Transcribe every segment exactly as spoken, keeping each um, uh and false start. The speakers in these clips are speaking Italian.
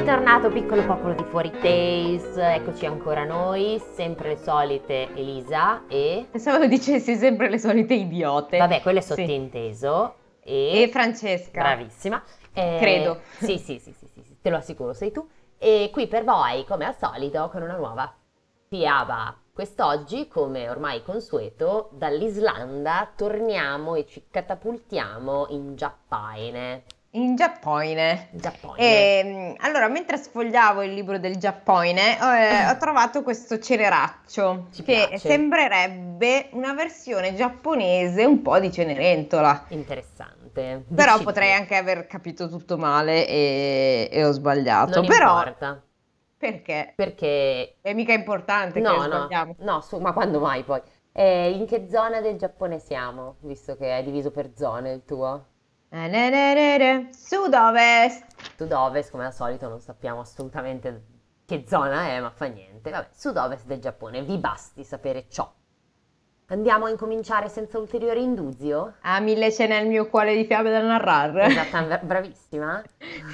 Bentornato piccolo popolo di Fuori Tales, eccoci ancora noi, sempre le solite Elisa e... Pensavo dicessi sempre le solite idiote. Vabbè, quello è Sì. sottinteso E e... Francesca, Bravissima. Eh, credo. sì, sì, sì, sì, sì, sì, te lo assicuro, sei tu. E qui per voi, come al solito, con una nuova fiaba. Quest'oggi, come ormai consueto, dall'Islanda torniamo e ci catapultiamo in Giappone. In Giappone. Giappone. E, allora, mentre sfogliavo il libro del Giappone, eh, ho trovato questo ceneraccio Ci che piace. sembrerebbe una versione giapponese un po' di Cenerentola. Interessante. Però Dici di potrei più. anche aver capito tutto male e, e ho Non sbagliato. Però, importa, perché? perché... È mica importante che No, no, sbagliamo. no, su, ma quando mai poi? Eh, in che zona del Giappone siamo, visto che è diviso per zone il tuo? Eh, ne, ne, ne, ne. Sud-ovest. Sud-ovest, come al solito, non sappiamo assolutamente che zona è, ma fa niente. Vabbè, sud-ovest del Giappone, vi basti sapere ciò. Andiamo a incominciare senza ulteriore indugio? Ah, mille ce n'è il mio cuore di fiabe da narrare. Esattamente, bravissima.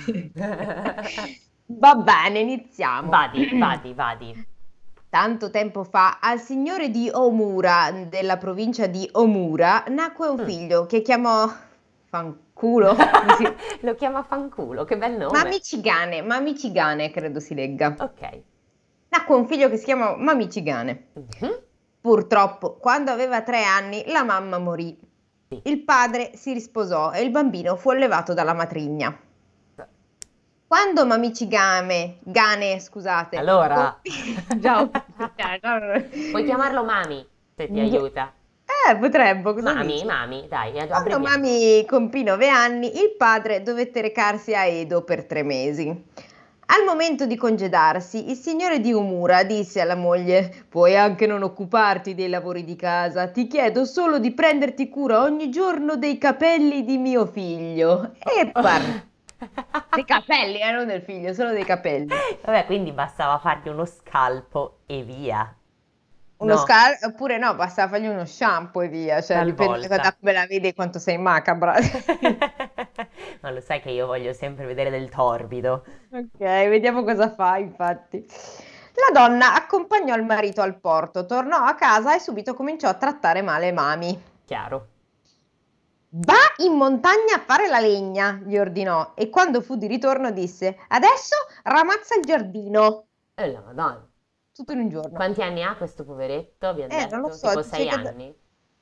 Va bene, iniziamo. Vadi, vadi, vadi. Tanto tempo fa, al signore di Omura, della provincia di Omura, nacque un Mm. figlio che chiamò Fanculo. Come si- Lo chiama fanculo, che bel nome. Mamicigane, Mamicigane, credo si legga. Ok. Nacque un figlio che si chiamò Mamicigane. Mhm. Purtroppo, quando aveva tre anni, la mamma morì. Sì. Il padre si risposò e il bambino fu allevato dalla matrigna. Quando Mamicigame, Gane, scusate, Allora, compì- già, puoi chiamarlo Mami, se ti aiuta. eh, potremmo, cosa Mami, dici? Mami, dai, Quando abbreviamo. Mami compì nove anni, il padre dovette recarsi a Edo per tre mesi. Al momento di congedarsi, il signore di Umura disse alla moglie: Puoi anche non occuparti dei lavori di casa, ti chiedo solo di prenderti cura ogni giorno dei capelli di mio figlio. E partì. Dei capelli, eh, non del figlio, solo dei capelli. Vabbè, quindi bastava fargli uno scalpo e via. Uno No, scal oppure no, basta fargli uno shampoo e via, cioè dipende da talvolta. da come la vedi e quanto sei macabra. Ma lo sai che io voglio sempre vedere del torbido. Ok, vediamo cosa fa, infatti. La donna accompagnò il marito al porto, tornò a casa e subito cominciò a trattare male Mami. Chiaro. Va in montagna a fare la legna, gli ordinò, e quando fu di ritorno disse: Adesso ramazza il giardino. E la Madonna. Tutto in un giorno. Quanti anni ha questo poveretto? Abbiamo Eh, non lo detto? so, Tipo dice sei che... anni?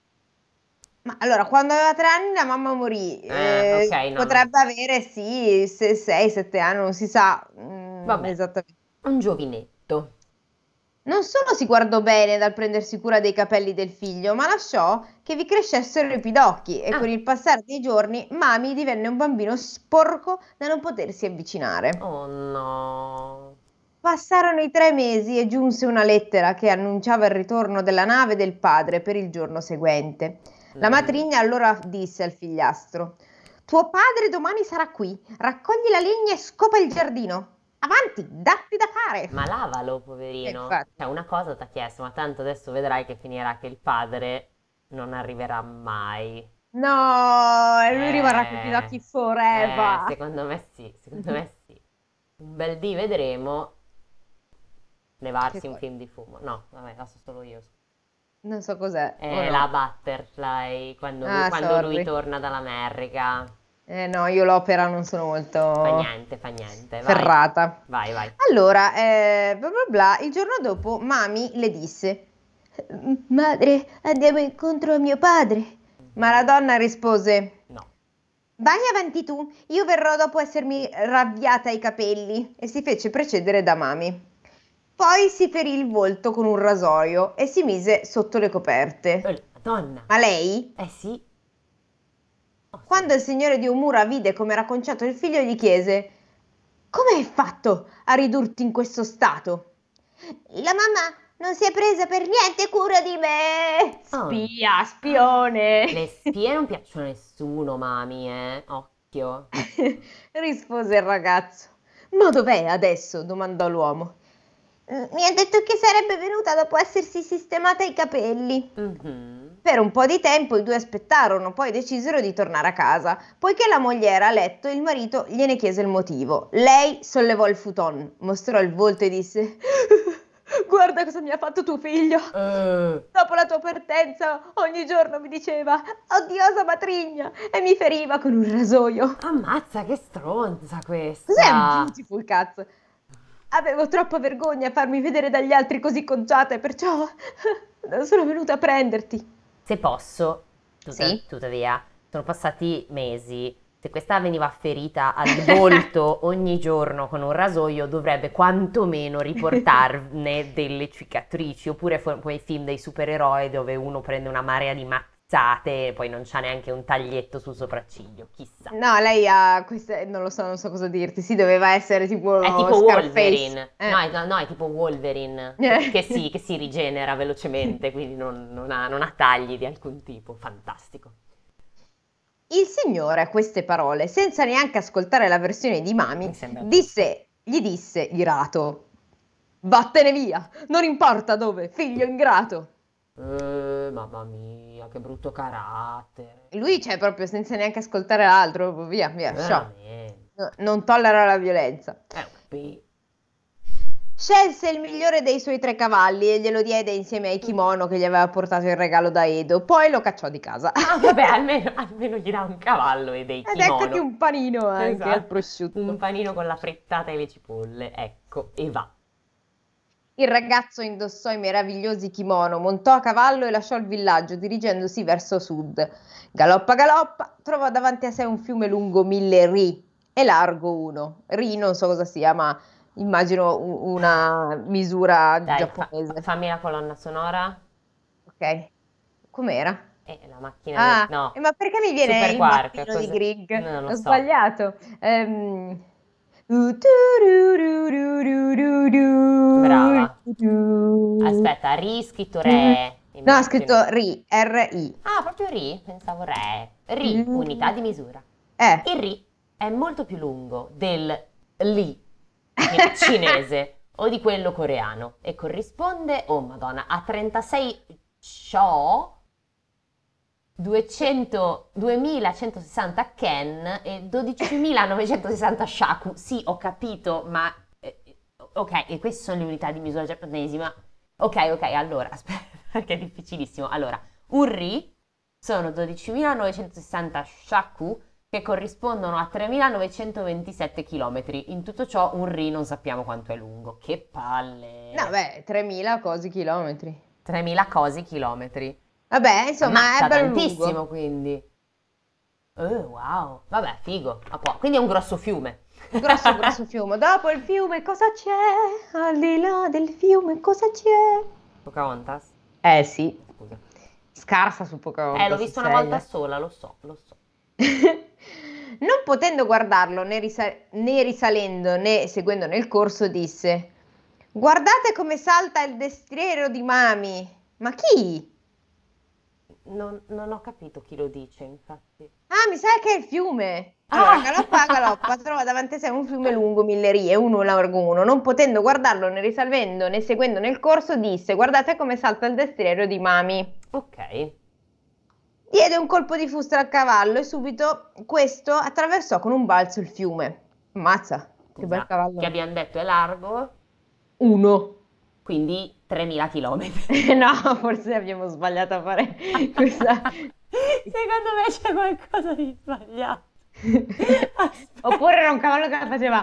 Ma allora, quando aveva tre anni la mamma morì. Eh, ok, Eh, no, no. potrebbe avere, sì, sei sette anni, non si sa mm, Vabbè, esattamente. un giovinetto. Non solo si guardò bene dal prendersi cura dei capelli del figlio, ma lasciò che vi crescessero i pidocchi e con Ah, il passare dei giorni Mami divenne un bambino sporco da non potersi avvicinare. oh no. Passarono i tre mesi e giunse una lettera che annunciava il ritorno della nave del padre per il giorno seguente. La Mhm. matrigna allora disse al figliastro: Tuo padre domani sarà qui, raccogli la legna e scopa il giardino. Avanti, datti da fare. Ma lavalo, E poverino. infatti. Cioè, una cosa ti ha chiesto, ma tanto adesso vedrai che finirà che il padre non arriverà mai. No, e lui rimarrà con i Eh, pidocchi eh, forever. secondo me sì, secondo me sì. Un bel dì vedremo Che levarsi un cosa? film di fumo. No, vabbè, la so solo io. Non so cos'è, o È no. la Butterfly, quando lui, Ah, quando lui sorry. torna dall'America. Eh no, io l'opera non sono Fa molto niente, fa niente, vai, ferrata. vai, vai. Allora, eh, bla bla bla, il giorno dopo Mami le disse: Madre, andiamo incontro a mio padre. Ma la Mhm. donna rispose: No. Vai avanti tu, io verrò dopo essermi ravviata i capelli. E si fece precedere da Mami. Poi si ferì il volto con un rasoio e si mise sotto le coperte. Oh, Madonna. Ma lei, Eh sì. Oh, sì. quando il signore di Umura vide come era conciato il figlio, gli chiese: Come hai fatto a ridurti in questo stato? La mamma non si è presa per niente cura di me. Oh. Spia, spione. Le spie non piacciono a nessuno, mami, eh. Occhio. rispose il ragazzo. Ma dov'è adesso? Domandò l'uomo. Mi ha detto che sarebbe venuta dopo essersi sistemata i capelli. Mhm. Per un po' di tempo i due aspettarono, poi decisero di tornare a casa. Poiché la moglie era a letto, il marito gliene chiese il motivo. Lei sollevò il futon, mostrò il volto e disse: Guarda cosa mi ha fatto tuo figlio. Eh, Dopo la tua partenza, ogni giorno mi diceva odiosa matrigna e mi feriva con un rasoio. ammazza, che stronza Cos'è questa! beautiful cazzo? Avevo troppa vergogna a farmi vedere dagli altri così conciata e perciò sono venuta a prenderti. Se posso, tutta- Sì? tuttavia, sono passati mesi. Se questa veniva ferita al volto ogni giorno con un rasoio, dovrebbe quantomeno riportarne delle cicatrici. Oppure fu- quei film dei supereroi dove uno prende una marea di mazzate e poi non c'ha neanche un taglietto sul sopracciglio. Chissà. No, lei ha queste, non lo so, non so cosa dirti. Sì, doveva essere È tipo tipo Scarface. Wolverine. No, Eh. è, no, è tipo Wolverine. Che, che si, che si rigenera velocemente, quindi non, non ha, non ha tagli di alcun tipo. Fantastico. Il signore a queste parole, senza neanche ascoltare la versione di Mami, Mi sembra giusto. disse, gli disse irato: Vattene via, non importa dove, figlio ingrato. Eh, mamma mia, che brutto carattere. Lui, cioè, proprio senza neanche ascoltare l'altro, proprio via, via, sciò. Veramente. No, non tollera la violenza. È un pi- Scelse il migliore dei suoi tre cavalli e glielo diede insieme ai kimono che gli aveva portato in regalo da Edo, poi lo cacciò di casa. Ah, vabbè, almeno, almeno gli dà un cavallo e dei Ed eccoti kimono. un panino anche al Esatto. prosciutto. Un panino con la frittata e le cipolle. Ecco, e va. Il ragazzo indossò i meravigliosi kimono, montò a cavallo e lasciò il villaggio dirigendosi verso sud. Galoppa galoppa, trovò davanti a sé un fiume lungo mille ri e largo uno. Ri non so cosa sia, ma immagino u- una misura Dai, fa- fa- giapponese. fammi la colonna sonora. Ok, com'era? E la macchina del... Ah, No, eh, ma perché mi viene Super il Quark, mattino di cos'è? Grieg? Non lo Ho so. sbagliato. Ehm, uh, turururururururu, Brava. Aspetta, Ri scritto tu- re, No, ha immagino. scritto R I, R I. Ah, proprio Ri? Pensavo re. Ri, unità di misura. Eh. Il Ri è molto più lungo del Li chi- cinese o di quello coreano e corrisponde, oh Madonna, a trentasei Cho, duecento, duemilacentosessanta Ken e dodicimilanovecentosessanta Shaku. Sì, ho capito, ma... eh, ok, e queste sono le unità di misura giapponesi, ma... Ok, ok, allora, aspetta, perché è difficilissimo. Allora, un Ri sono dodicimilanovecentosessanta Shaku che corrispondono a tremilanovecentoventisette chilometri. In tutto ciò un Ri non sappiamo quanto è lungo. Che No, palle! beh, tremila cosi chilometri. tremila cosi chilometri. Vabbè, insomma, è Ammazza, bello tantissimo lungo. quindi. Oh, wow. Vabbè, figo. A po'. Quindi è un grosso fiume. Grosso, grosso fiume. Dopo il fiume cosa c'è? Al di là del fiume cosa c'è? Pocahontas? Eh sì, Scusa. scarsa su Eh, l'ho Pocahontas visto una sei, volta eh. sola, lo so, lo so. Non potendo guardarlo né, risa- né risalendo né seguendo nel corso, disse: Guardate come salta il destriero di Mami. Ma chi? Non, non ho capito chi lo dice, infatti. Ah, mi sa che è il fiume. Allora, Ah! galoppa, galoppa, trova davanti a sé un fiume lungo mille rie, uno largo uno. Non potendo guardarlo né risalendo né seguendo nel corso, disse: Guardate come salta il destriero di Mami. Ok. Diede un colpo di fusta al cavallo e subito questo attraversò con un balzo il fiume. Ammazza, che bel Scusa, che cavallo. abbiamo detto è largo, Uno. quindi tremila chilometri. No, forse abbiamo sbagliato a fare questa. Secondo me c'è qualcosa di sbagliato. Aspetta, Oppure era un cavallo che faceva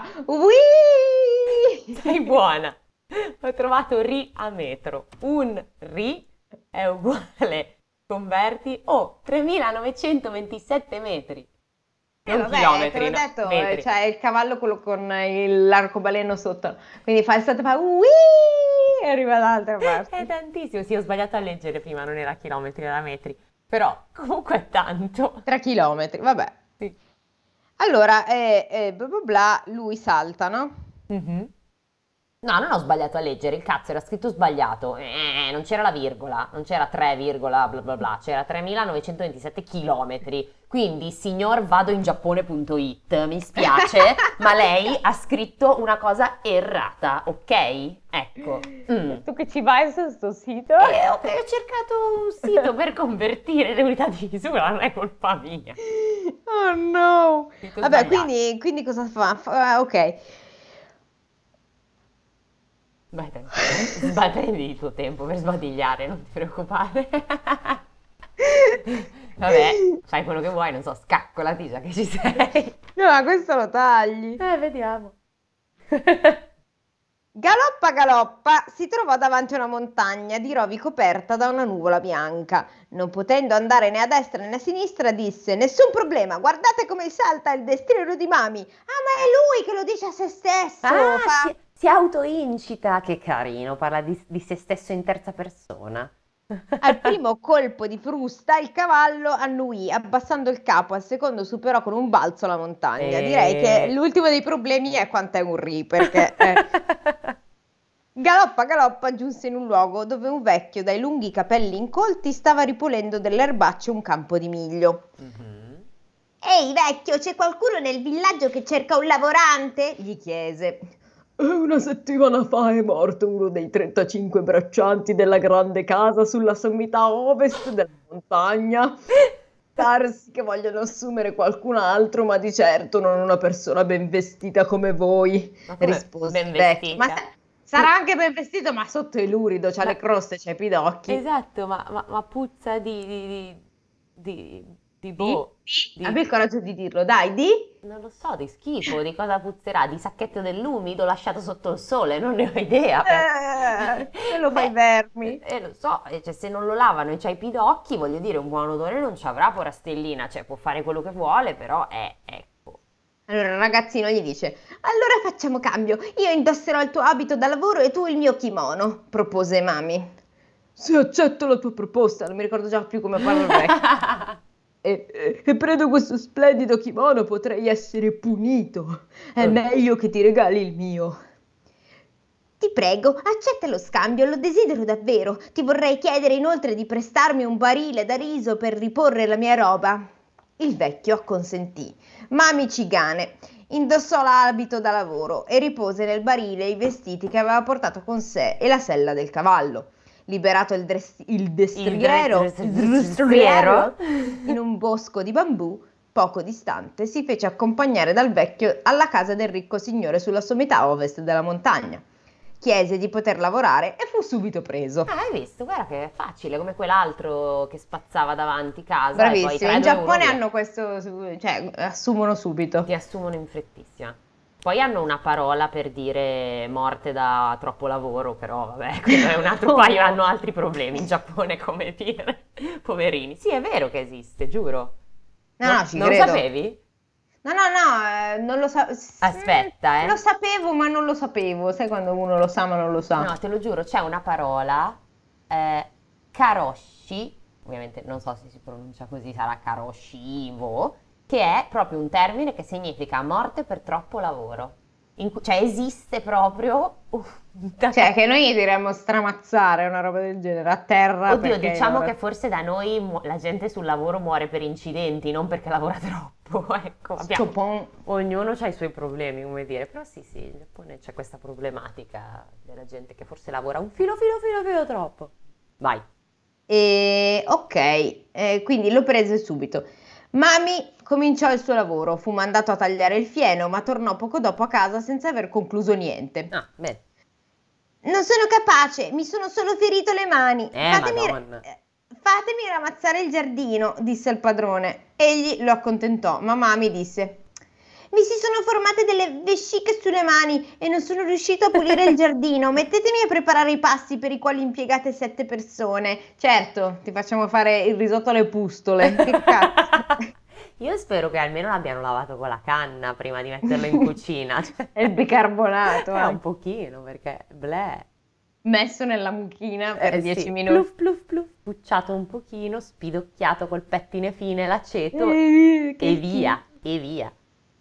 Ui! sei buona. Ho trovato ri a metro. Un ri è uguale, converti, oh, tremilanovecentoventisette metri. Eh Non vabbè, te chilometri, l'ho no, detto, eh, metri. c'è il cavallo quello con il- l'arcobaleno sotto. Quindi fa il salto e fa Ui! E arriva dall'altra È parte. tantissimo. Sì, ho sbagliato a leggere prima, non era chilometri, era metri. Però comunque è tanto. Tre chilometri, vabbè. Sì. Allora, eh, eh, bla bla bla, lui salta, no? Mhm. No, non ho sbagliato a leggere, il cazzo era scritto sbagliato. Eh, non c'era la virgola, non c'era tre, bla bla bla, c'era tremilanovecentoventisette chilometri. Quindi, signor vado in giappone punto it, mi spiace, ma lei ha scritto una cosa errata, ok? Ecco. Mm. Tu che ci vai su sto sito? E ho, ho cercato un sito per convertire le unità di misura, non è colpa mia. Oh no! Scritto Vabbè, sbagliato. quindi, quindi cosa fa? Fa- ok. Vai, dai, sba- prendi il tuo tempo per sbadigliare, non ti preoccupare. Vabbè, fai quello che vuoi, non so, scaccolati già che ci sei. No, ma questo lo tagli. Eh, vediamo. Galoppa galoppa si trovò davanti a una montagna di rovi coperta da una nuvola bianca. Non potendo andare né a destra né a sinistra, disse: Nessun problema, guardate come salta il destriero di Mami. Ah, ma è lui che lo dice a se stesso. Ah, Fa- si, si autoincita, che carino, parla di, di se stesso in terza persona. Al primo colpo di frusta il cavallo annuì, abbassando il capo, al secondo superò con un balzo la montagna. Direi che E... l'ultimo dei problemi è quanto è un ri, perché eh, galoppa galoppa giunse in un luogo dove un vecchio dai lunghi capelli incolti stava ripulendo delle erbacce un campo di miglio. Mhm. Ehi vecchio, c'è qualcuno nel villaggio che cerca un lavorante? Gli chiese. Una settimana fa è morto uno dei trentacinque braccianti della grande casa sulla sommità ovest della montagna. Darsi che vogliono assumere qualcun altro, ma di certo non una persona ben vestita come voi, Ma come rispose ben il vecchio. Ma vestita? sa- sarà anche ben vestito, ma sotto è lurido, c'ha Ma- le croste, c'ha i pidocchi. Esatto, ma, ma- ma puzza di, di, di, di, di Di? boh, Di? di, Abbi il coraggio di dirlo, dai, di? non lo so, di schifo, di cosa puzzerà? Di sacchetto dell'umido lasciato sotto il sole, non ne ho idea. Eh, se lo fai Eh, vermi. eh, lo so, e cioè, se non lo lavano e c'hai i pidocchi, voglio dire, un buon odore non ci avrà, porastellina, cioè può fare quello che vuole, però è, ecco. Allora il ragazzino gli dice: Allora facciamo cambio. Io indosserò il tuo abito da lavoro e tu il mio kimono, propose Mami. Se accetto la tua proposta, non mi ricordo già più come parla il vecchio. E, e- e prendo questo splendido kimono, potrei essere punito. È Eh. meglio che ti regali il mio. Ti prego, accetta lo scambio, lo desidero davvero. Ti vorrei chiedere inoltre di prestarmi un barile da riso per riporre la mia roba. Il vecchio acconsentì. Mami Cigane indossò l'abito da lavoro e ripose nel barile i vestiti che aveva portato con sé e la sella del cavallo. Liberato il, dres- il destriero, Il dre- destriero. in un bosco di bambù, poco distante, si fece accompagnare dal vecchio alla casa del ricco signore sulla sommità ovest della montagna. Chiese di poter lavorare e fu subito preso. Ah, hai visto? Guarda che è facile, come quell'altro che spazzava davanti casa e poi Bravissimo, tre, in due, uno, Giappone via. hanno questo, su- cioè assumono subito. Ti assumono in frettissima. Poi hanno una parola per dire morte da troppo lavoro, però vabbè, quello è un altro paio, hanno altri problemi in Giappone, come dire. Poverini. Sì, è vero che esiste, giuro. No, No- no, ci non credo. sapevi? No, no, no, eh, non lo sapevo. Aspetta, eh. Lo sapevo, ma non lo sapevo. Sai quando uno lo sa, ma non lo sa. No, te lo giuro, c'è una parola, eh, karoshi, ovviamente non so se si pronuncia così, sarà karoshivo, che è proprio un termine che significa morte per troppo lavoro. In cui- cioè esiste proprio... Cioè, che noi diremmo stramazzare, una roba del genere, a terra. Oddio, perché diciamo ora- che forse da noi mu- la gente sul lavoro muore per incidenti, non perché lavora troppo, ecco, abbiamo... Scopon. Ognuno ha i suoi problemi, come dire, però sì, sì, in Giappone c'è questa problematica della gente che forse lavora un filo, filo, filo, filo troppo. Vai. E ok, eh, quindi lo prese subito. Mami cominciò il suo lavoro, fu mandato a tagliare il fieno, ma tornò poco dopo a casa senza aver concluso niente. Ah, bene. Non sono capace, mi sono solo ferito le mani. Eh, Fatemi, Madonna. eh, fatemi ramazzare il giardino, disse il padrone. Egli lo accontentò, ma Mami disse: Mi si sono formate delle vesciche sulle mani e non sono riuscito a pulire il giardino. Mettetemi a preparare i pasti per i quali impiegate sette persone. Certo, ti facciamo fare il risotto alle pustole. Che cazzo? Io spero che almeno l'abbiano lavato con la canna prima di metterlo in cucina. Cioè, È il bicarbonato, eh, eh. un pochino, perché bleh. Messo nella mucchina per Eh, dieci sì. minuti. Pluf, pluf, pluf, bucciato un pochino, spidocchiato col pettine fine, l'aceto Eh, che e via, e via.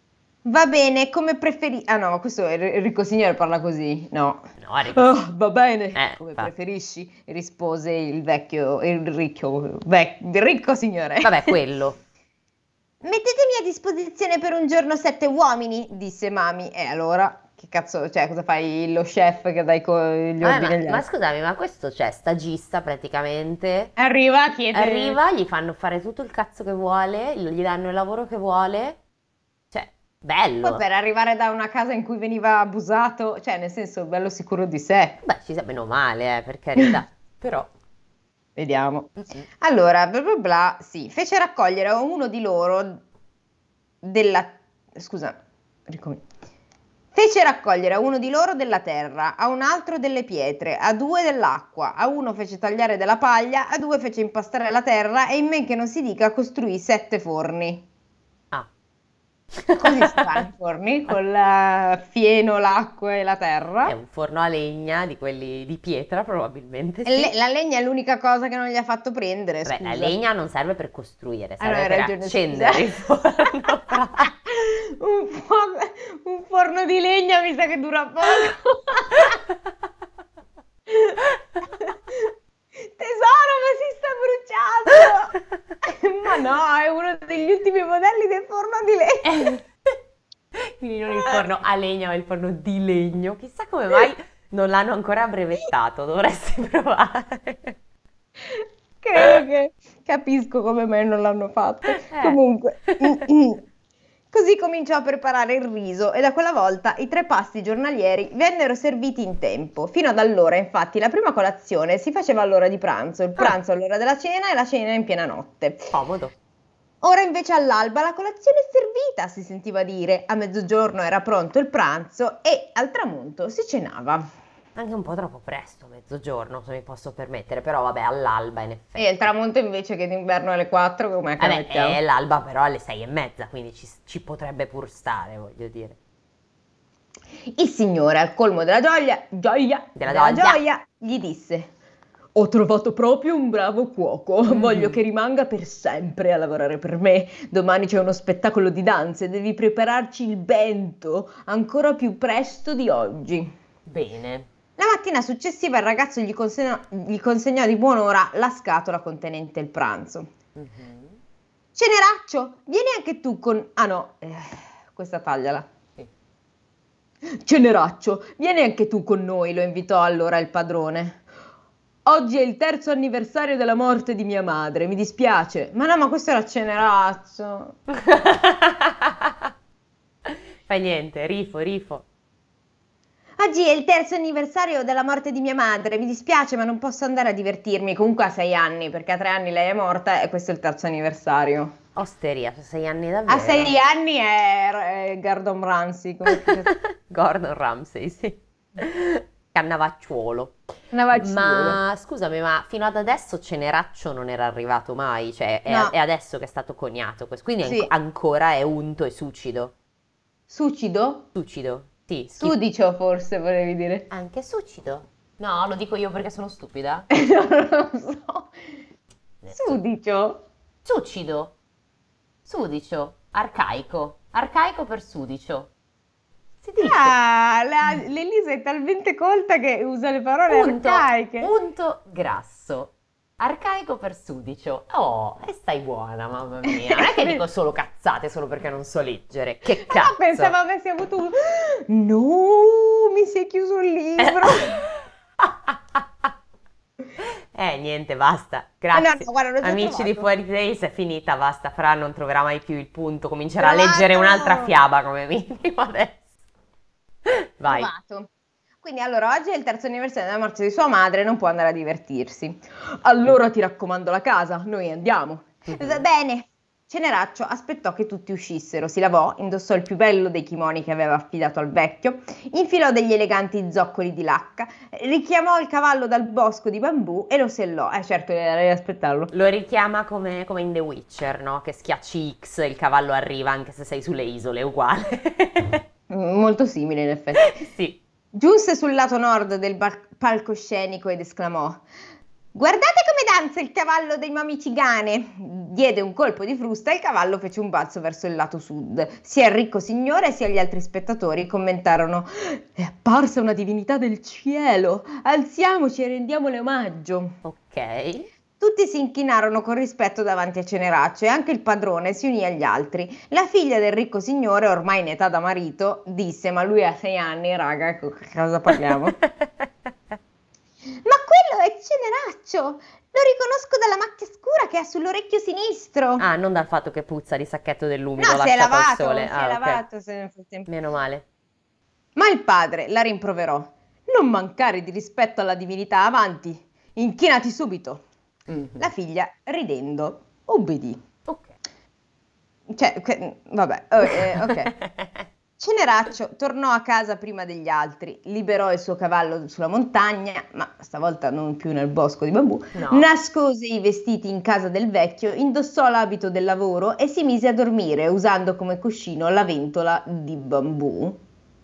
Va bene, come preferi... Ah no, questo è il ricco signore parla così, no. No, Enrico, Oh, va bene, eh, come fa- preferisci, rispose il vecchio, il ricchio, vec- il ricco signore. vabbè, quello. Mettetemi a disposizione per un giorno sette uomini, disse Mami. E allora, che cazzo, cioè, cosa fai lo chef che dai co- gli Vabbè, ordini ma, agli ma altri? scusami, ma questo c'è stagista praticamente. Arriva, chiede... Arriva, gli fanno fare tutto il cazzo che vuole, gli danno il lavoro che vuole. Cioè, Poi bello. per arrivare da una casa in cui veniva abusato, cioè, nel senso, bello sicuro di sé. Beh, ci sa meno male, eh, per carità. Però. Vediamo. Mm-mm. Allora, bla bla bla, sì, fece raccogliere a uno di loro della... Scusa, ricom- Fece raccogliere a uno di loro della terra, a un altro delle pietre, a due dell'acqua, a uno fece tagliare della paglia, a due fece impastare la terra e in men che non si dica costruì sette forni. Ah. Così si fanno i forni, con il fieno, l'acqua e la terra. È un forno a legna di quelli di pietra, probabilmente, E le- sì. la legna è l'unica cosa che non gli ha fatto prendere, Vabbè, la scusa. legna non serve per costruire, Ah no, serve hai per ragione, accendere scusa. il forno. Un, fo- un forno di legna mi sa che dura poco. Tesoro, ma si sta bruciando! Ma no, è uno degli ultimi modelli del forno di legna. Quindi non il forno a legna, ma il forno di legno. Chissà come mai non l'hanno ancora brevettato, dovresti provare. Credo che capisco come mai non l'hanno fatto. Eh. Comunque, così cominciò a preparare il riso e da quella volta i tre pasti giornalieri vennero serviti in tempo. Fino ad allora, infatti, la prima colazione si faceva all'ora di pranzo, il pranzo all'ora della cena e la cena in piena notte. Comodo. Ora invece all'alba la colazione è servita, si sentiva dire, a mezzogiorno era pronto il pranzo e al tramonto si cenava. Anche un po' troppo presto, mezzogiorno, se mi posso permettere, però vabbè, all'alba in effetti. E il tramonto invece che d'inverno alle quattro, com'è che la Vabbè, mettiamo? è l'alba però alle sei e mezza, quindi ci, ci potrebbe pur stare, voglio dire. Il signore, al colmo della gioia, gioia, Della della gioia. gioia, gli disse: Ho trovato proprio un bravo cuoco, Mm. voglio che rimanga per sempre a lavorare per me. Domani c'è uno spettacolo di danze, devi prepararci il bento ancora più presto di oggi. Bene. La mattina successiva il ragazzo gli consegnò, gli consegnò di buon'ora la scatola contenente il pranzo. Mhm. Ceneraccio, vieni anche tu con... Ah no, eh, questa tagliala. Sì. Ceneraccio, vieni anche tu con noi, lo invitò allora il padrone. Oggi è il terzo anniversario della morte di mia madre, mi dispiace. Ma no, ma questo era Ceneraccio. Fai niente, rifo, rifo. Oggi è il terzo anniversario della morte di mia madre, mi dispiace ma non posso andare a divertirmi. Comunque ha sei anni, perché a tre anni lei è morta e questo è il terzo anniversario. Osteria, c'ha sei anni davvero. A sei anni è, è Gordon Ramsay, come si chiama? Gordon Ramsay, sì. Cannavacciuolo. Navacciuolo. Ma scusami, ma fino ad adesso Ceneraccio non era arrivato mai, cioè è, No. è adesso che è stato coniato questo, quindi Sì. an- ancora è unto e sucido. Sucido? Sucido, sì, schifo. Sudicio forse volevi dire. Anche sucido? No, lo dico io perché sono stupida. Non lo so. Adesso- Sudicio? Sucido, sudicio, arcaico, arcaico per sudicio. Si dice. Ah, la- l'Elisa è talmente colta che usa le parole Unto, arcaiche. unto grasso, arcaico per sudicio. Oh, e stai buona, mamma mia. Non è che dico solo cazzate solo perché non so leggere. Che Ah, cazzo. pensavo avessi avuto un... No, mi si è chiuso il libro. Eh, niente, basta. Grazie. Ah, no, no, guarda, l'ho già Amici di trovato. Fuori Days è finita, basta. Fra non troverà mai più il punto. Comincerà a Trovato! leggere un'altra fiaba come minimo adesso. Vai. Trovato. Quindi allora oggi è il terzo anniversario della morte di sua madre, non può andare a divertirsi. Allora ti raccomando la casa, noi andiamo. Mhm. Va bene. Ceneraccio aspettò che tutti uscissero, si lavò, indossò il più bello dei kimoni che aveva affidato al vecchio, infilò degli eleganti zoccoli di lacca, richiamò il cavallo dal bosco di bambù e lo sellò. Eh certo, devi aspettarlo. Lo richiama come, come in The Witcher, no? Che schiacci X, il cavallo arriva anche se sei sulle isole, è uguale. Mm, Molto simile in effetti. Sì. Giunse sul lato nord del bar- palcoscenico ed esclamò: Guardate come danza il cavallo dei Mamicigane! Diede un colpo di frusta e il cavallo fece un balzo verso il lato sud. Sia il ricco signore sia gli altri spettatori commentarono: «È apparsa una divinità del cielo! Alziamoci e rendiamole omaggio!» Ok. Tutti si inchinarono con rispetto davanti a Ceneraccio e anche il padrone si unì agli altri. La figlia del ricco signore, ormai in età da marito, disse: «Ma lui ha sei anni, raga, co- cosa parliamo?» «Ma quello è Ceneraccio! Lo riconosco dalla macchia scura che ha sull'orecchio sinistro!» Ah, non dal fatto che puzza di sacchetto dell'umido No, si è lasciato al lavato, sole. si è Ah, ok. lavato se nel frattempo. Meno male. Ma il padre la rimproverò: «Non mancare di rispetto alla divinità, avanti, inchinati subito!» Mhm. La figlia, ridendo, obbedì. Ok. Cioè, que- vabbè, oh, eh, ok. Ceneraccio tornò a casa prima degli altri, liberò il suo cavallo sulla montagna, ma stavolta non più nel bosco di bambù, No. nascose i vestiti in casa del vecchio, indossò l'abito del lavoro e si mise a dormire usando come cuscino la ventola di bambù.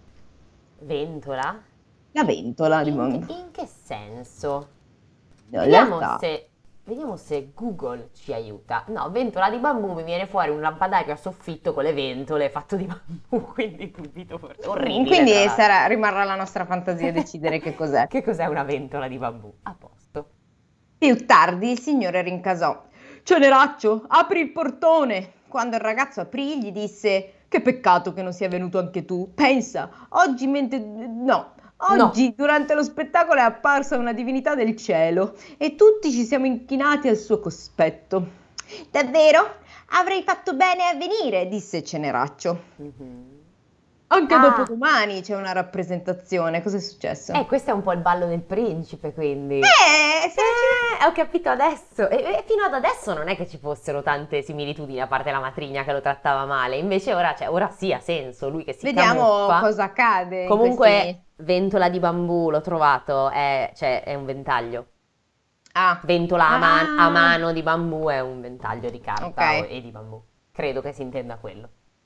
Ventola? La ventola di In che, bambù. in che senso? In Vediamo realtà, se, vediamo se Google ci aiuta. No, ventola di bambù, mi viene fuori un lampadario a soffitto con le ventole fatto di bambù, quindi dubito forse. Orribile, tra quindi l'altro. sarà, rimarrà la nostra fantasia a decidere che cos'è. Che cos'è una ventola di bambù? A posto. Più tardi il signore rincasò: «Ceneraccio, apri il portone!» Quando il ragazzo aprì, gli disse: «Che peccato che non sia venuto anche tu. Pensa, oggi mentre... no, No. oggi durante lo spettacolo è apparsa una divinità del cielo e tutti ci siamo inchinati al suo cospetto.» «Davvero? Avrei fatto bene a venire», disse Ceneraccio. Mhm. «Anche Ah, dopodomani c'è una rappresentazione. Cos'è successo?» eh, questo è un po' il ballo del principe, quindi. Eh, se non ci... Eh, ho capito adesso. E, e fino ad adesso non è che ci fossero tante similitudini, a parte la matrigna che lo trattava male. Invece ora, cioè, ora sì, ha senso. Lui che si Vediamo camuffa. cosa accade in Comunque, questi... ventola di bambù, l'ho trovato, è, cioè, è un ventaglio. Ah, Ventola a, man- a ah, mano di bambù è un ventaglio di ok. carta o- e di bambù. Credo che si intenda quello.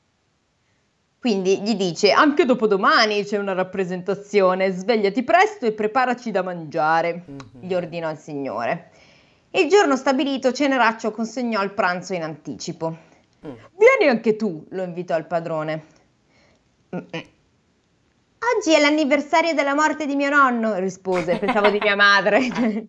Quindi gli dice: «Anche dopodomani c'è una rappresentazione. Svegliati presto e preparaci da mangiare», gli Mhm. ordinò il signore. Il giorno stabilito, Ceneraccio consegnò il pranzo in anticipo. Mm. «Vieni anche tu», lo invitò il padrone. «Mm-mm. Oggi è l'anniversario della morte di mio nonno», rispose. «Pensavo di mia madre.»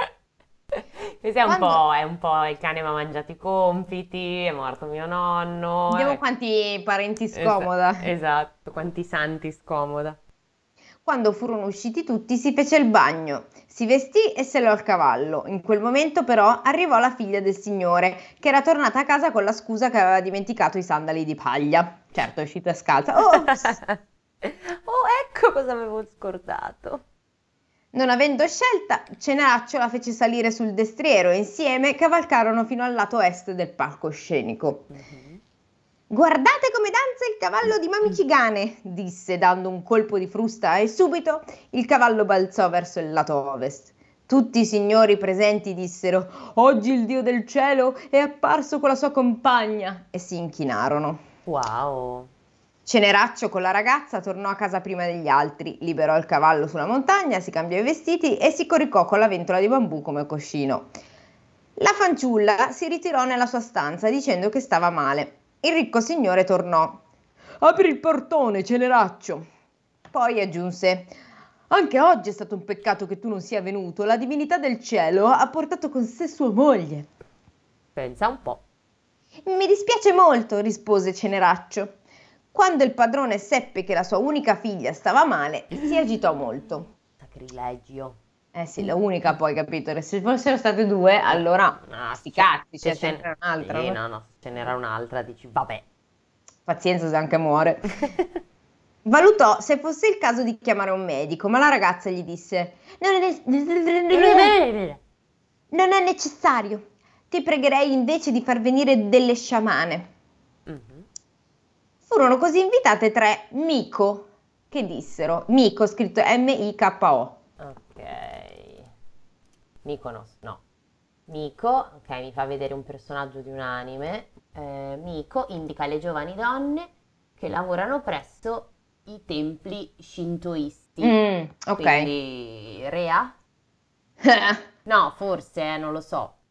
Questo è un Quando... po', è un po' il cane mi ha mangiato i compiti, è morto mio nonno. Vediamo eh. quanti parenti Es- scomoda. esatto, quanti santi scomoda. Quando furono usciti tutti, si fece il bagno, si vestì e selò il cavallo. In quel momento, però, arrivò la figlia del signore, che era tornata a casa con la scusa che aveva dimenticato i sandali di paglia. Certo, è uscita scalza. Ops! Oh, ecco cosa avevo scordato. Non avendo scelta, Ceneraccio la fece salire sul destriero e insieme cavalcarono fino al lato est del palcoscenico. Mhm. «Guardate come danza il cavallo di Mami Cigane», disse dando un colpo di frusta e subito il cavallo balzò verso il lato ovest. Tutti i signori presenti dissero: «Oggi il dio del cielo è apparso con la sua compagna», e si inchinarono. Wow. Ceneraccio con la ragazza tornò a casa prima degli altri, liberò il cavallo sulla montagna, si cambiò i vestiti e si coricò con la ventola di bambù come cuscino. La fanciulla si ritirò nella sua stanza dicendo che stava male. Il ricco signore tornò. «Apri il portone, Ceneraccio!» Poi aggiunse: «Anche oggi è stato un peccato che tu non sia venuto. La divinità del cielo ha portato con sé sua moglie.» Pensa un po'. «Mi dispiace molto», rispose Ceneraccio. Quando il padrone seppe che la sua unica figlia stava male, si agitò molto. Sacrilegio. Eh sì, la unica poi, capito? Se fossero state due, allora No, sti cioè, cazzi, se cioè ce ce n'era un'altra, sì, no? no, no, se ce n'era un'altra, dici, vabbè. Pazienza se anche muore. Valutò se fosse il caso di chiamare un medico, ma la ragazza gli disse: «Non è, non è necessario. Ti pregherei invece di far venire delle sciamane.» Mhm. Furono così invitate tre Miko, che dissero, Miko scritto M I K O. Ok. Mykonos, no. Miko, ok, mi fa vedere un personaggio di un anime. Eh, Miko indica le giovani donne che lavorano presso i templi shintoisti. Mm, ok. Quindi Rea? No, forse, eh, non lo so.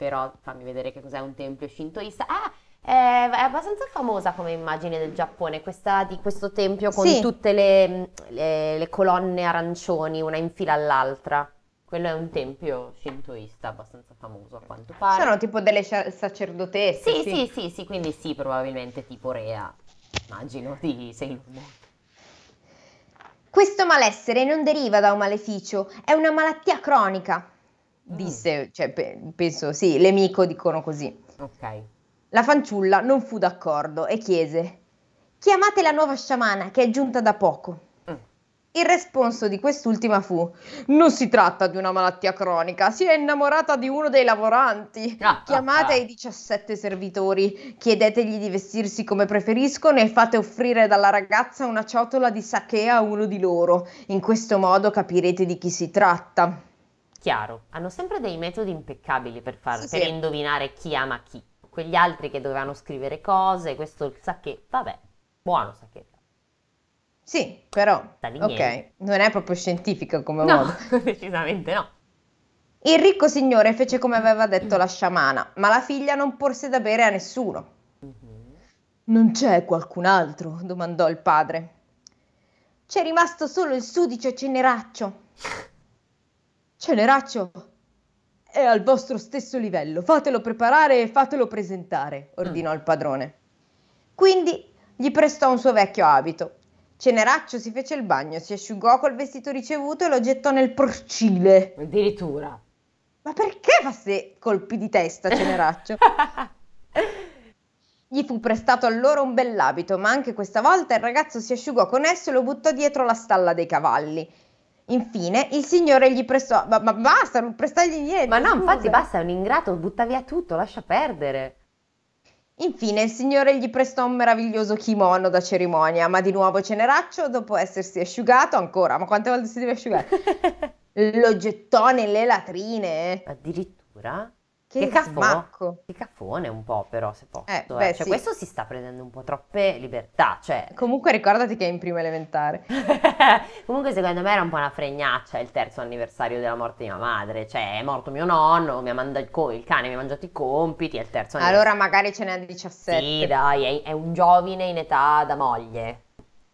però fammi vedere che cos'è un tempio shintoista. Ah, è, è abbastanza famosa come immagine del Giappone, questa di questo tempio con Sì, tutte le, le- le colonne arancioni, una in fila all'altra. Quello è un tempio shintoista abbastanza famoso a quanto pare. sono tipo delle scia- sacerdotesse, Sì, sì. sì, sì, sì, quindi sì, probabilmente tipo Rea, immagino, di Sailor Moon. Questo malessere non deriva da un maleficio, è una malattia cronica, Mm, disse, cioè, pe- penso, sì, le Miko dicono così. ok. La fanciulla non fu d'accordo e chiese: Chiamate la nuova sciamana che è giunta da poco. Mm. Il responso di quest'ultima fu: Non si tratta di una malattia cronica, si è innamorata di uno dei lavoranti. Ah, ah, Chiamate ah. i diciassette servitori, chiedetegli di vestirsi come preferiscono e fate offrire dalla ragazza una ciotola di sake a uno di loro. In questo modo capirete di chi si tratta. Chiaro, hanno sempre dei metodi impeccabili per far, Sì, per sì. indovinare chi ama chi. Quegli altri che dovevano scrivere cose, questo il sake, vabbè, buono sake. Sì, però, Da di miei? ok, non è proprio scientifica come No, modo. decisamente no. Il ricco signore fece come aveva detto la sciamana, ma la figlia non porse da bere a nessuno. Mhm. Non c'è qualcun altro? Domandò il padre. C'è rimasto solo il sudicio Ceneraccio. Ceneraccio è al vostro stesso livello. Fatelo preparare e fatelo presentare, Mm. ordinò il padrone. Quindi gli prestò un suo vecchio abito. Ceneraccio si fece il bagno, si asciugò col vestito ricevuto e lo gettò nel porcile. Addirittura. Ma perché fa ste colpi di testa, Ceneraccio? Gli fu prestato allora un bell'abito, ma anche questa volta il ragazzo si asciugò con esso e lo buttò dietro la stalla dei cavalli. Infine il signore gli prestò. Ma, ma basta, non prestargli Ma niente, no, infatti scusa. basta, è un ingrato, butta via tutto, lascia perdere. Infine il signore gli prestò un meraviglioso kimono da cerimonia, ma di nuovo Ceneraccio, dopo essersi asciugato ancora, ma quante volte si deve asciugare? Lo gettò nelle latrine. Addirittura? Che Che cafò? smacco. Che cafone un po' però, se Eh, posso, eh. beh, Cioè, sì. questo si sta prendendo un po' troppe libertà, cioè... Comunque ricordati che è in prima elementare. Comunque secondo me era un po' una fregnaccia il terzo anniversario della morte di mia madre, cioè è morto mio nonno, mi ha mandato il, co- il cane mi ha mangiato i compiti, è il terzo Allora anniversario. magari ce n'è Sì, diciassette. dai, è, è un giovine in età da moglie.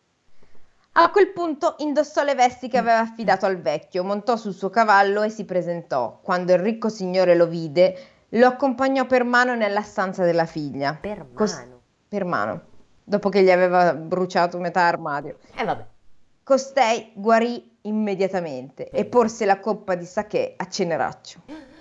A quel punto indossò le vesti che aveva affidato al vecchio, montò sul suo cavallo e si presentò. Quando il ricco signore lo vide, lo accompagnò per mano nella stanza della figlia. Per Cos- mano. per mano, dopo che gli aveva bruciato metà armadio. E vabbè, Costei guarì immediatamente e pensa. porse la coppa di sake a Ceneraccio.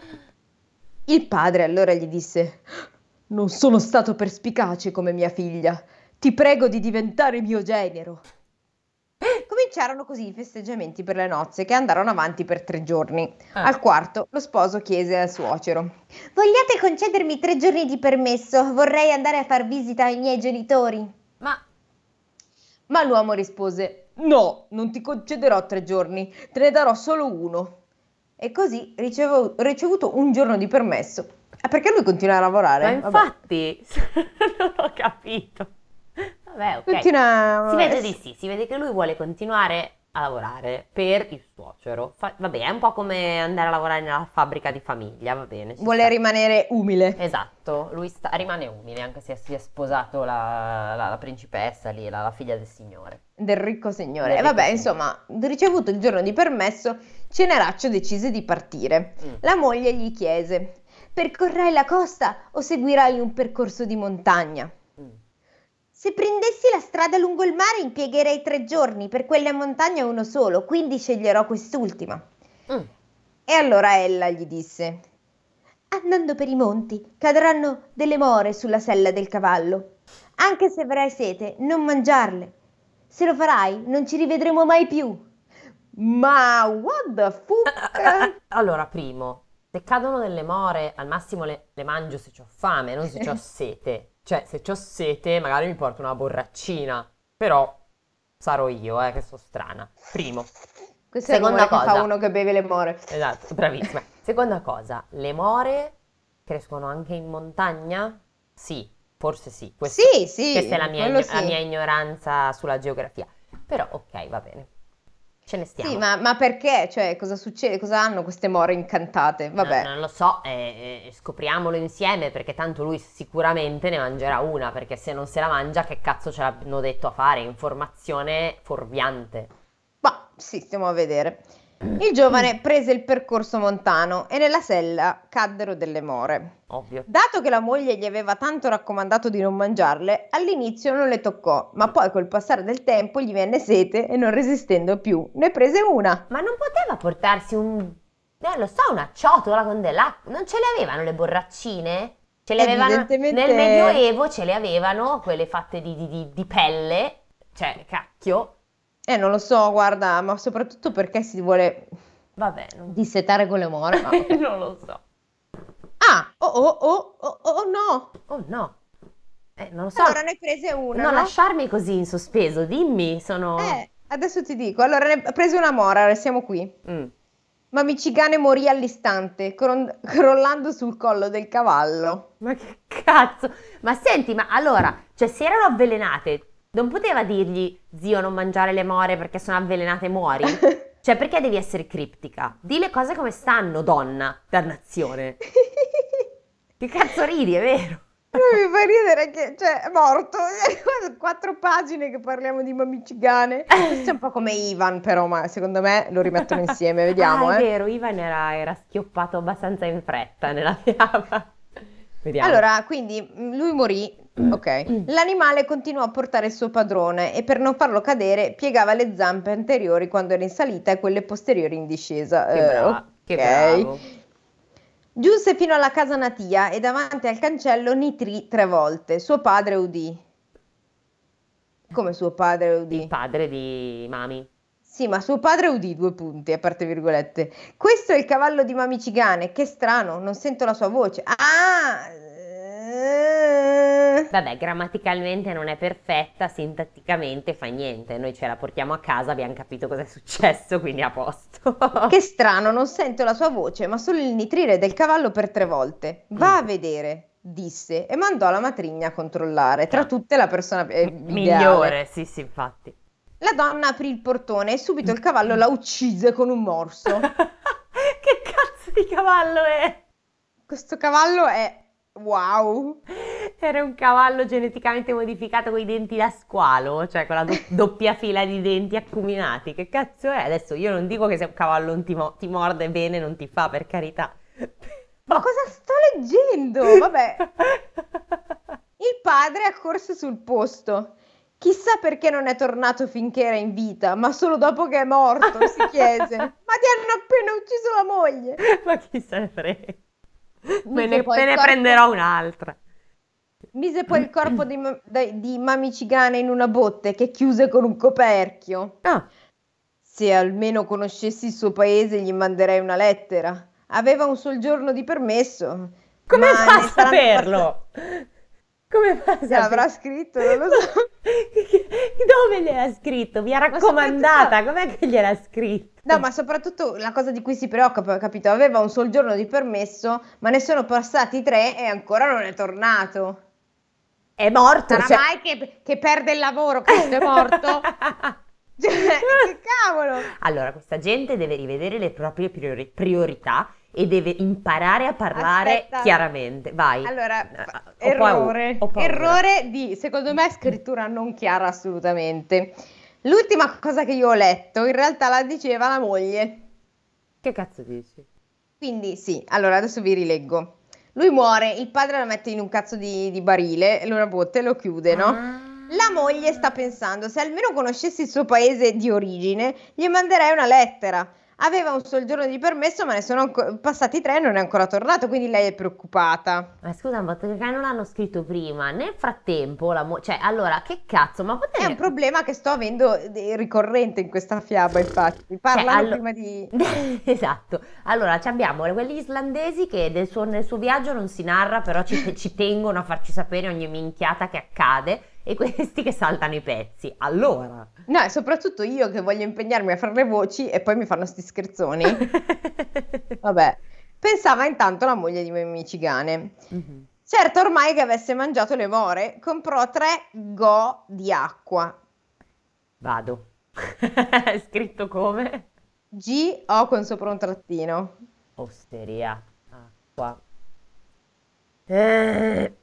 Il padre allora gli disse: Non sono stato perspicace come mia figlia. Ti prego di diventare mio genero. Cominciarono così i festeggiamenti per le nozze che andarono avanti per tre giorni. Eh, Al quarto lo sposo chiese al suocero: Vogliate concedermi tre giorni di permesso? Vorrei andare a far visita ai miei genitori. ma Ma l'uomo rispose: No, non ti concederò tre giorni, te ne darò solo uno. E così ricevo- ricevuto un giorno di permesso. Ah, perché lui continua a Ma lavorare? Vabbè. infatti, non ho capito. Vabbè, ok. Si Continua. vede di sì, si vede che lui vuole continuare a lavorare per il suocero. Fa- vabbè, è un po' come andare a lavorare nella fabbrica di famiglia, va bene, ci Vuole sta. rimanere umile. Esatto, lui sta- rimane umile anche se si è sposato la, la- la principessa lì, la, la figlia del signore, Del ricco signore. del E ricco vabbè, signore. insomma, ricevuto il giorno di permesso, Ceneraccio decise di partire. Mm, La moglie gli chiese: Percorrai la costa o seguirai un percorso di montagna? mm, Se prendessi la strada lungo il mare impiegherei tre giorni, per quella in montagna uno solo, quindi sceglierò quest'ultima. mm. E allora ella gli disse: Andando per i monti cadranno delle more sulla sella del cavallo. Anche se avrai sete, non mangiarle. Se lo farai, non ci rivedremo mai più. Ma what the fuck? Allora, primo, se cadono nelle more, al massimo le, le mangio se ho fame, non se ho sete. Cioè, se ho sete, magari mi porto una borraccina. Però sarò io, eh, che sono strana. Primo. Questo è il Seconda rumore che fa cosa. uno che beve le more. Esatto, bravissima. Seconda cosa, le more crescono anche in montagna? Sì, forse sì. Questo- Sì, questa è sì, la mia, quello igno- la mia sì. ignoranza sulla geografia. Però, ok, va bene. Ce ne Sì, stiamo. ma, ma perché? Cioè, cosa succede? Cosa hanno queste more incantate? No, Vabbè. non lo so, eh, eh, scopriamolo insieme perché tanto lui sicuramente ne mangerà una, perché se non se la mangia che cazzo ce l'hanno detto a fare? Informazione fuorviante. Ma sì, stiamo a vedere. Il giovane prese il percorso montano e nella sella caddero delle more. Ovvio. Dato che la moglie gli aveva tanto raccomandato di non mangiarle, all'inizio non le toccò, ma poi col passare del tempo gli venne sete e non resistendo più, ne prese una. Ma non poteva portarsi un, non lo so, una ciotola con dell'acqua? Non ce le avevano le borraccine? Ce le avevano nel Evidentemente, Medioevo, ce le avevano quelle fatte di, di- di- di pelle, cioè cacchio. eh, non lo so, guarda, ma soprattutto perché si vuole Vabbè, non, dissetare con le more, ma ok. non lo so. Ah, oh, oh, oh, oh, oh, no! Oh no, eh, non lo so. Allora ne prese una, Non no? lasciarmi così in sospeso, dimmi, sono... Eh, adesso ti dico. Allora ne prese una mora, siamo qui. Mm. Ma Michigane morì all'istante, cron- crollando sul collo del cavallo. Ma che cazzo? Ma senti, ma allora, cioè se erano avvelenate, non poteva dirgli, zio, non mangiare le more perché sono avvelenate e muori? Cioè, perché devi essere criptica? Di le cose come stanno, donna, dannazione. Che cazzo ridi, è vero? Mi fa ridere che, cioè, è morto. Quattro pagine che parliamo di Mamicigane. Questo è un po' come Ivan, però, ma secondo me lo rimettono insieme, vediamo, Ah, è eh. vero, Ivan era, era schioppato abbastanza in fretta nella fiaba. Vediamo. Allora, quindi mh, lui morì, ok. L'animale continuò a portare il suo padrone e per non farlo cadere piegava le zampe anteriori quando era in salita e quelle posteriori in discesa. Che Eh, bravo, che ok. bravo. Giunse fino alla casa natia e davanti al cancello nitrì tre volte. Suo padre udì. Come suo padre Il udì? padre di Mami. Sì, ma suo padre udì due punti, a parte virgolette. Questo è il cavallo di Mamicigane. Che strano, non sento la sua voce. Ah! eh. Vabbè, grammaticalmente non è perfetta, sintatticamente fa niente. Noi ce la portiamo a casa, abbiamo capito cosa è successo, quindi a posto. Che strano, non sento la sua voce, ma solo il nitrire del cavallo per tre volte. Va a vedere, disse e mandò la matrigna a controllare. Tra Ah. tutte la persona eh, ideale. Migliore, sì, sì, infatti. La donna aprì il portone e subito il cavallo la uccise con un morso. Che cazzo di cavallo è? Questo cavallo è wow. Era un cavallo geneticamente modificato con i denti da squalo, cioè con la do- doppia fila di denti acuminati. Che cazzo è? Adesso io non dico che se un cavallo non ti, mo- ti morde bene, non ti fa, per carità. Ma cosa sto leggendo? Vabbè. Il padre accorse sul posto. Chissà perché non è tornato finché era in vita, ma solo dopo che è morto, si chiese. Ma ti hanno appena ucciso la moglie. Ma chi se ne frega? Me Mise ne, poi me il ne corpo- prenderò un'altra. Mise poi il corpo di, Ma- dai- di Mamicigane in una botte che chiuse con un coperchio. Ah, Se almeno conoscessi il suo paese, gli manderei una lettera. Aveva un sol giorno di permesso. come ma fa a ne saranno saperlo? Come fa a passati- L'avrà saperlo? scritto, non lo so. Dove gliel'ha scritto? Mi ha raccomandata, com'è che gliel'ha scritto? No, ma soprattutto la cosa di cui si preoccupa, capito? Aveva un sol giorno di permesso, ma ne sono passati tre e ancora non è tornato. È morto, Sarà cioè- mai che, che perde il lavoro, questo è morto? Cioè, che cavolo! Allora, questa gente deve rivedere le proprie priori- priorità e deve imparare a parlare Aspetta. chiaramente. Vai. Allora, Eh, fa- ho errore, paura, ho paura. errore di, secondo me, scrittura non chiara assolutamente. L'ultima cosa che io ho letto, in realtà la diceva la moglie. Che cazzo dici? Quindi sì, allora adesso vi rileggo. Lui muore, il padre la mette in un cazzo di, di barile, lo botte e lo chiude, no? Ah. La moglie sta pensando, se almeno conoscessi il suo paese di origine, gli manderei una lettera. Aveva un sol giorno di permesso, ma ne sono anco- passati tre e non è ancora tornato, quindi lei è preoccupata. Ma scusa, ma perché non l'hanno scritto prima? Nel frattempo, la mo- cioè, allora, che cazzo, ma È potete... un problema che sto avendo eh, ricorrente in questa fiaba, infatti. Parlano Cioè, allo- prima di... Esatto. Allora, ci abbiamo quelli islandesi che del suo- nel suo viaggio non si narra, però ci, ci tengono a farci sapere ogni minchiata che accade, e questi che saltano i pezzi. Allora... No, e soprattutto io che voglio impegnarmi a fare le voci e poi mi fanno sti scherzoni. Vabbè, pensava intanto la moglie di Michigane. Mhm. Certo, ormai che avesse mangiato le more, comprò tre go di acqua. Vado. È scritto come? G O con sopra un trattino. Osteria, acqua. Eh,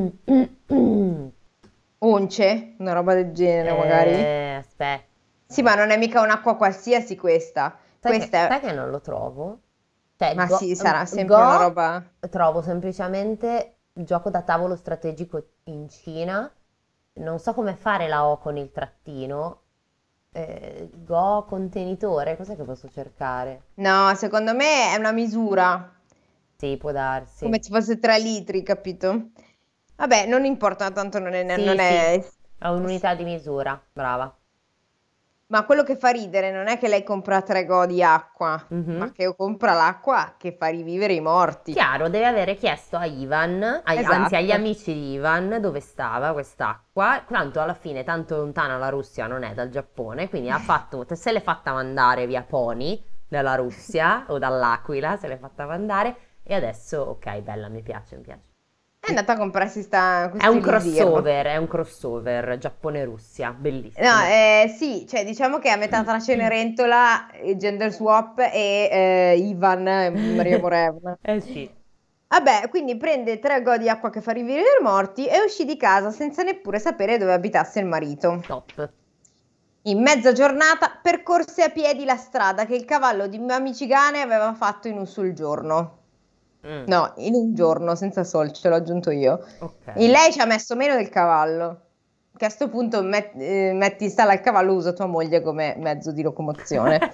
Once, una roba del genere magari. eh, aspetta. Sì, ma non è mica un'acqua qualsiasi questa. Sai che, Questa sai è... che non lo trovo? Cioè, Ma go, sì, sarà sempre una go roba... trovo semplicemente gioco da tavolo strategico in Cina. Non so come fare la O con il trattino. Eh, Go contenitore, cos'è che posso cercare? No, secondo me è una misura. Sì, può darsi. Come se fosse tre litri, capito? Vabbè, non importa, tanto non è... Sì, Non sì, è... è un'unità di misura, brava. Ma quello che fa ridere non è che lei compra tre go di acqua, ma Mhm. che compra l'acqua che fa rivivere i morti. Chiaro, deve avere chiesto a Ivan, ai- anzi agli Esatto. amici di Ivan, dove stava quest'acqua. Tanto alla fine, tanto lontana la Russia non è dal Giappone, quindi ha fatto, se l'è fatta mandare via Pony dalla Russia o dall'Aquila, se l'è fatta mandare. E adesso, ok, bella, mi piace, mi piace. È andata a comprarsi sta, È questo un elisir. crossover, è un crossover Giappone-Russia, No, bellissimo. eh, sì, cioè diciamo che a metà tra Cenerentola, e Gender Swap e eh, Ivan e Maria Morevna. Eh sì, Vabbè, quindi prende tre go di acqua che fa rivivere i morti e uscì di casa senza neppure sapere dove abitasse il marito. top. In mezza giornata percorse a piedi la strada che il cavallo di Mamicigane aveva fatto in un sol giorno. Mm, No, in un giorno, senza sol, ce l'ho aggiunto io. In ok. lei ci ha messo meno del cavallo. Che a sto punto met- eh, metti in stalla il cavallo, usa tua moglie come mezzo di locomozione.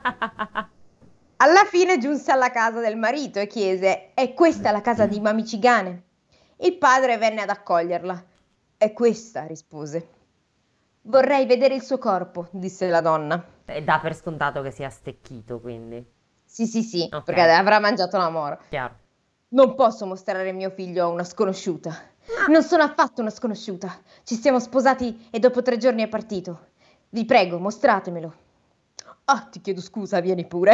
Alla fine giunse alla casa del marito e chiese: È questa la casa di Mamicigane? Il padre venne ad accoglierla. È questa, rispose. Vorrei vedere il suo corpo, disse la donna. E dà per scontato che sia stecchito, quindi. Sì, sì, sì, Ok, perché avrà mangiato la mora. chiaro. Non posso mostrare mio figlio a una sconosciuta. Ma Non sono affatto una sconosciuta. Ci siamo sposati e dopo tre giorni è partito. Vi prego, mostratemelo. Ah, ti chiedo scusa, vieni pure.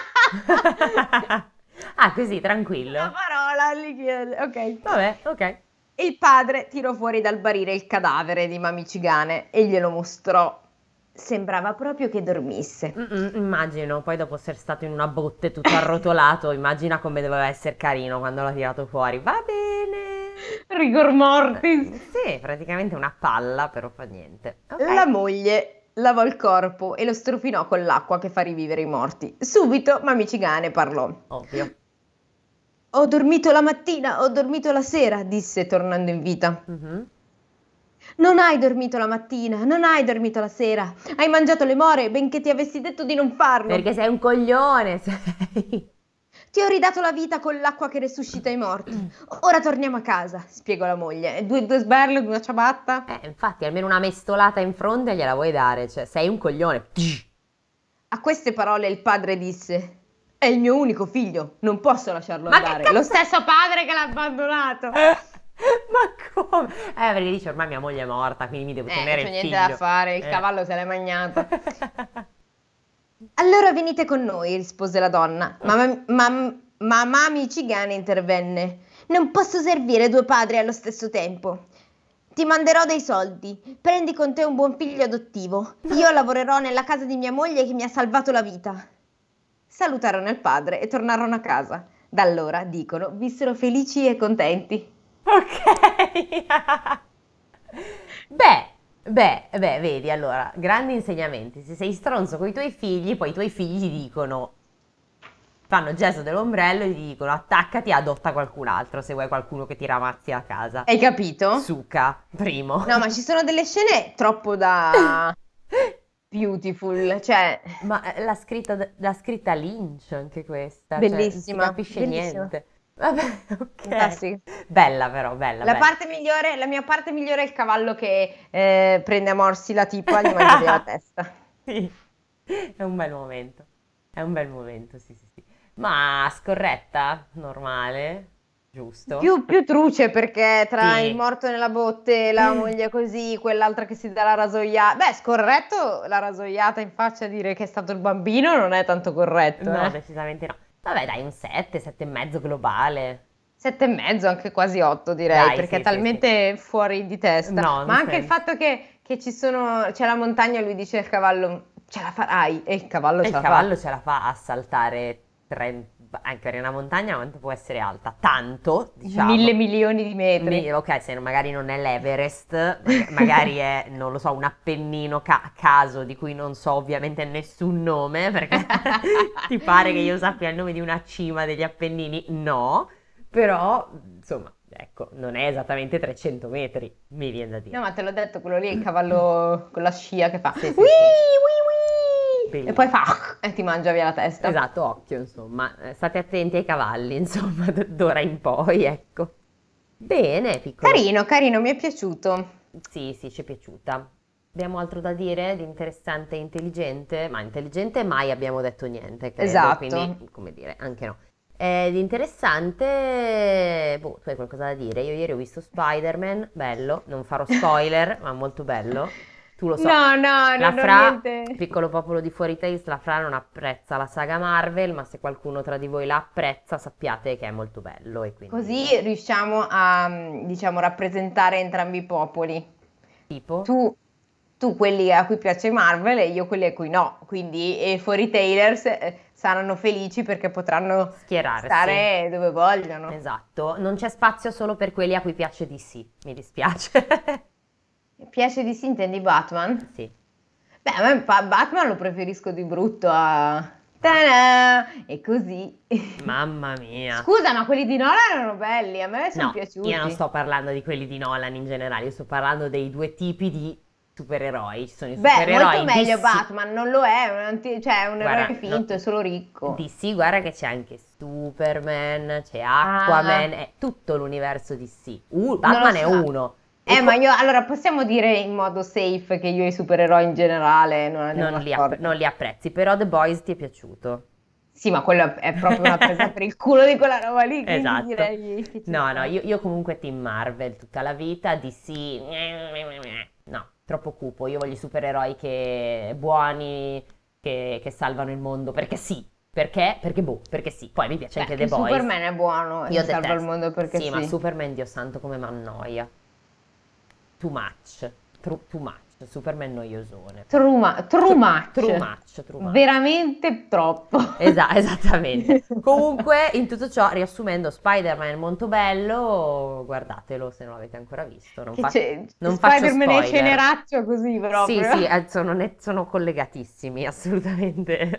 ah, così, La tranquillo. parola li chiede. Ok. Vabbè, ok. Il padre tirò fuori dal barile il cadavere di Mamicigane e glielo mostrò. Sembrava proprio che dormisse. Mm-mm, immagino, poi dopo essere stato in una botte tutto arrotolato, immagina come doveva essere carino quando l'ha tirato fuori. Va bene. Rigor mortis. Eh, sì, praticamente una palla, però fa niente. La Ok, moglie lavò il corpo e lo strofinò con l'acqua che fa rivivere i morti. Subito Mamicigane parlò. ovvio. Ho dormito la mattina, ho dormito la sera, disse tornando in vita. Mhm. Non hai dormito la mattina, non hai dormito la sera. Hai mangiato le more, benché ti avessi detto di non farlo. Perché sei un coglione, sei. Ti ho ridato la vita con l'acqua che resuscita i morti. Ora torniamo a casa, spiegò la moglie. Due, due sberle, una ciabatta. Eh, infatti, almeno una mestolata in fronte gliela vuoi dare, cioè, sei un coglione. A queste parole il padre disse: È il mio unico figlio, non posso lasciarlo Ma che andare. Lo cazzo? stesso padre che l'ha abbandonato. Ma come? Eh, perché dice ormai mia moglie è morta, quindi mi devo Eh, non tenere c'è il niente da figlio. fare, il Eh. cavallo se l'è mangiato. Allora venite con noi, rispose la donna. Ma, ma, ma, ma Mami Cigane intervenne. Non posso servire due padri allo stesso tempo. Ti manderò dei soldi. Prendi con te un buon figlio adottivo. Io lavorerò nella casa di mia moglie che mi ha salvato la vita. Salutarono il padre e tornarono a casa. Da allora, dicono, vissero felici e contenti. Ok. Beh, beh, beh, vedi, allora, grandi insegnamenti. Se sei stronzo con i tuoi figli, poi i tuoi figli ti dicono, fanno il gesto dell'ombrello e ti dicono attaccati e adotta qualcun altro se vuoi qualcuno che ti ramazzi a casa. Hai capito? Suca, primo. No, ma ci sono delle scene troppo da beautiful, cioè Ma eh, l'ha scritta, l'ha scritta Lynch anche questa, cioè non si bellissima, capisce bellissima, niente. Vabbè, ok. fantastica. Bella però, bella, La bella. parte migliore, la mia parte migliore è il cavallo che eh, prende a morsi la tipa e gli mangia via la testa. Sì, è un bel momento. È un bel momento, sì, sì, sì. Ma scorretta, normale, giusto? Più, più truce perché tra il Sì. morto nella botte, la moglie così, quell'altra che si dà la rasoiata. Beh, scorretto la rasoiata in faccia a dire che è stato il bambino non è tanto corretto, No, eh. decisamente no. Vabbè, dai, un sette, sette e mezzo globale. Sette e mezzo, anche quasi otto direi, Dai, perché è sì, sì, sì. talmente fuori di testa. Ma anche il Nonsense. fatto che, che ci sono, c'è la montagna, lui dice al cavallo, ce la farai, e il cavallo E ce il la cavallo fa. ce la fa a saltare tre- anche per una montagna quanto può essere alta? Tanto, Mille diciamo. milioni di metri. Mi- ok, se non- magari non è l'Everest, maga- magari è, non lo so, un Appennino ca- a caso di cui non so ovviamente nessun nome, perché ti pare che io sappia il nome di una cima degli Appennini? No, però, insomma, ecco, non è esattamente trecento metri, mi viene da No, dire. ma te l'ho detto, quello lì è il cavallo con la scia che fa Sì, "Wii, sì, sì, wii, wii", e poi bellissimo. fa e ti mangia via la testa. Esatto, occhio, insomma, eh, state attenti ai cavalli, insomma, d- d'ora in poi, ecco. Bene, piccolo. Carino, carino, mi è piaciuto. Sì, sì, ci è piaciuta. Abbiamo altro da dire di interessante e intelligente? Ma intelligente mai abbiamo detto niente, credo, quindi, Esatto. come dire, anche no. Eh, di interessante, boh, tu hai qualcosa da dire? Io ieri ho visto Spider-Man, bello, non farò spoiler, ma molto bello. Tu lo so, No, no, la non ho Fra, niente. piccolo popolo di fuori taste, la Fra non apprezza la saga Marvel, ma se qualcuno tra di voi la apprezza, sappiate che è molto bello e quindi, Così riusciamo a, mm, diciamo, rappresentare entrambi i popoli. tipo, Tu, tu quelli a cui piace Marvel e io quelli a cui no. Quindi e fuori Tailors eh, saranno felici perché potranno schierarsi. stare dove vogliono. Esatto, non c'è spazio solo per quelli a cui piace D C, mi dispiace. Piace di sì, intendi Batman? Sì. Beh, a me Pa- Batman lo preferisco di brutto a... Ta-da! E così. Mamma mia. Scusa, ma quelli di Nolan erano belli, a me sono No, io non piaciuti. sto parlando di quelli di Nolan in generale, io sto parlando dei due tipi di supereroi. Ci sono i Beh, molto supereroi meglio D C. Batman, non lo è, è un anti- cioè è un eroe Guarda, finto, è no, solo ricco. D C, guarda che c'è anche Superman, c'è Ah, Aquaman, è tutto l'universo D C. Uh, non lo Batman è so. uno. E Eh, ma co- io allora possiamo dire in modo safe che io i supereroi in generale non andiamo non li, app- non d'accordo. li apprezzi, però The Boys ti è piaciuto. Sì, ma quello è proprio una presa per il culo di quella roba lì, quindi Esatto. direi che ci No, no, sta. io, io comunque team Marvel tutta la vita, D C, no, troppo cupo. Io voglio i supereroi che buoni, che, che salvano il mondo, perché sì. Perché? Perché boh, perché sì. Poi mi piace Beh, anche The che Boys. Superman è buono Io e salva il detesto. mondo perché Sì, ma sì. Superman, Dio santo, come mi annoia. Too much. Tru- too much. Superman noiosone True, proprio. ma- true Tru- match. True much, true much. Veramente troppo. Esa- esattamente. Comunque, in tutto ciò, riassumendo, Spider-Man è molto bello, guardatelo se non l'avete ancora visto. Non, Che fa- c'è non faccio Spider-Man e spoiler. Ceneraccio così Sì, proprio. sì, eh, sono, ne- sono collegatissimi, assolutamente.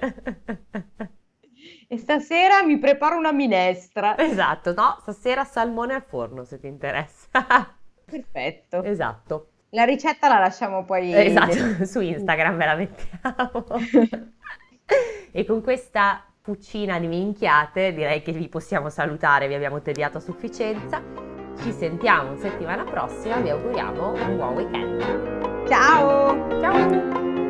E stasera mi preparo una minestra. Esatto, no, stasera salmone al forno se ti interessa. Perfetto. Esatto. La ricetta la lasciamo poi Esatto, nel- su Instagram ve la mettiamo. E con questa fucina di minchiate direi che vi possiamo salutare, vi abbiamo tediato a sufficienza. Ci sentiamo settimana prossima, vi auguriamo un buon weekend. Ciao! Ciao!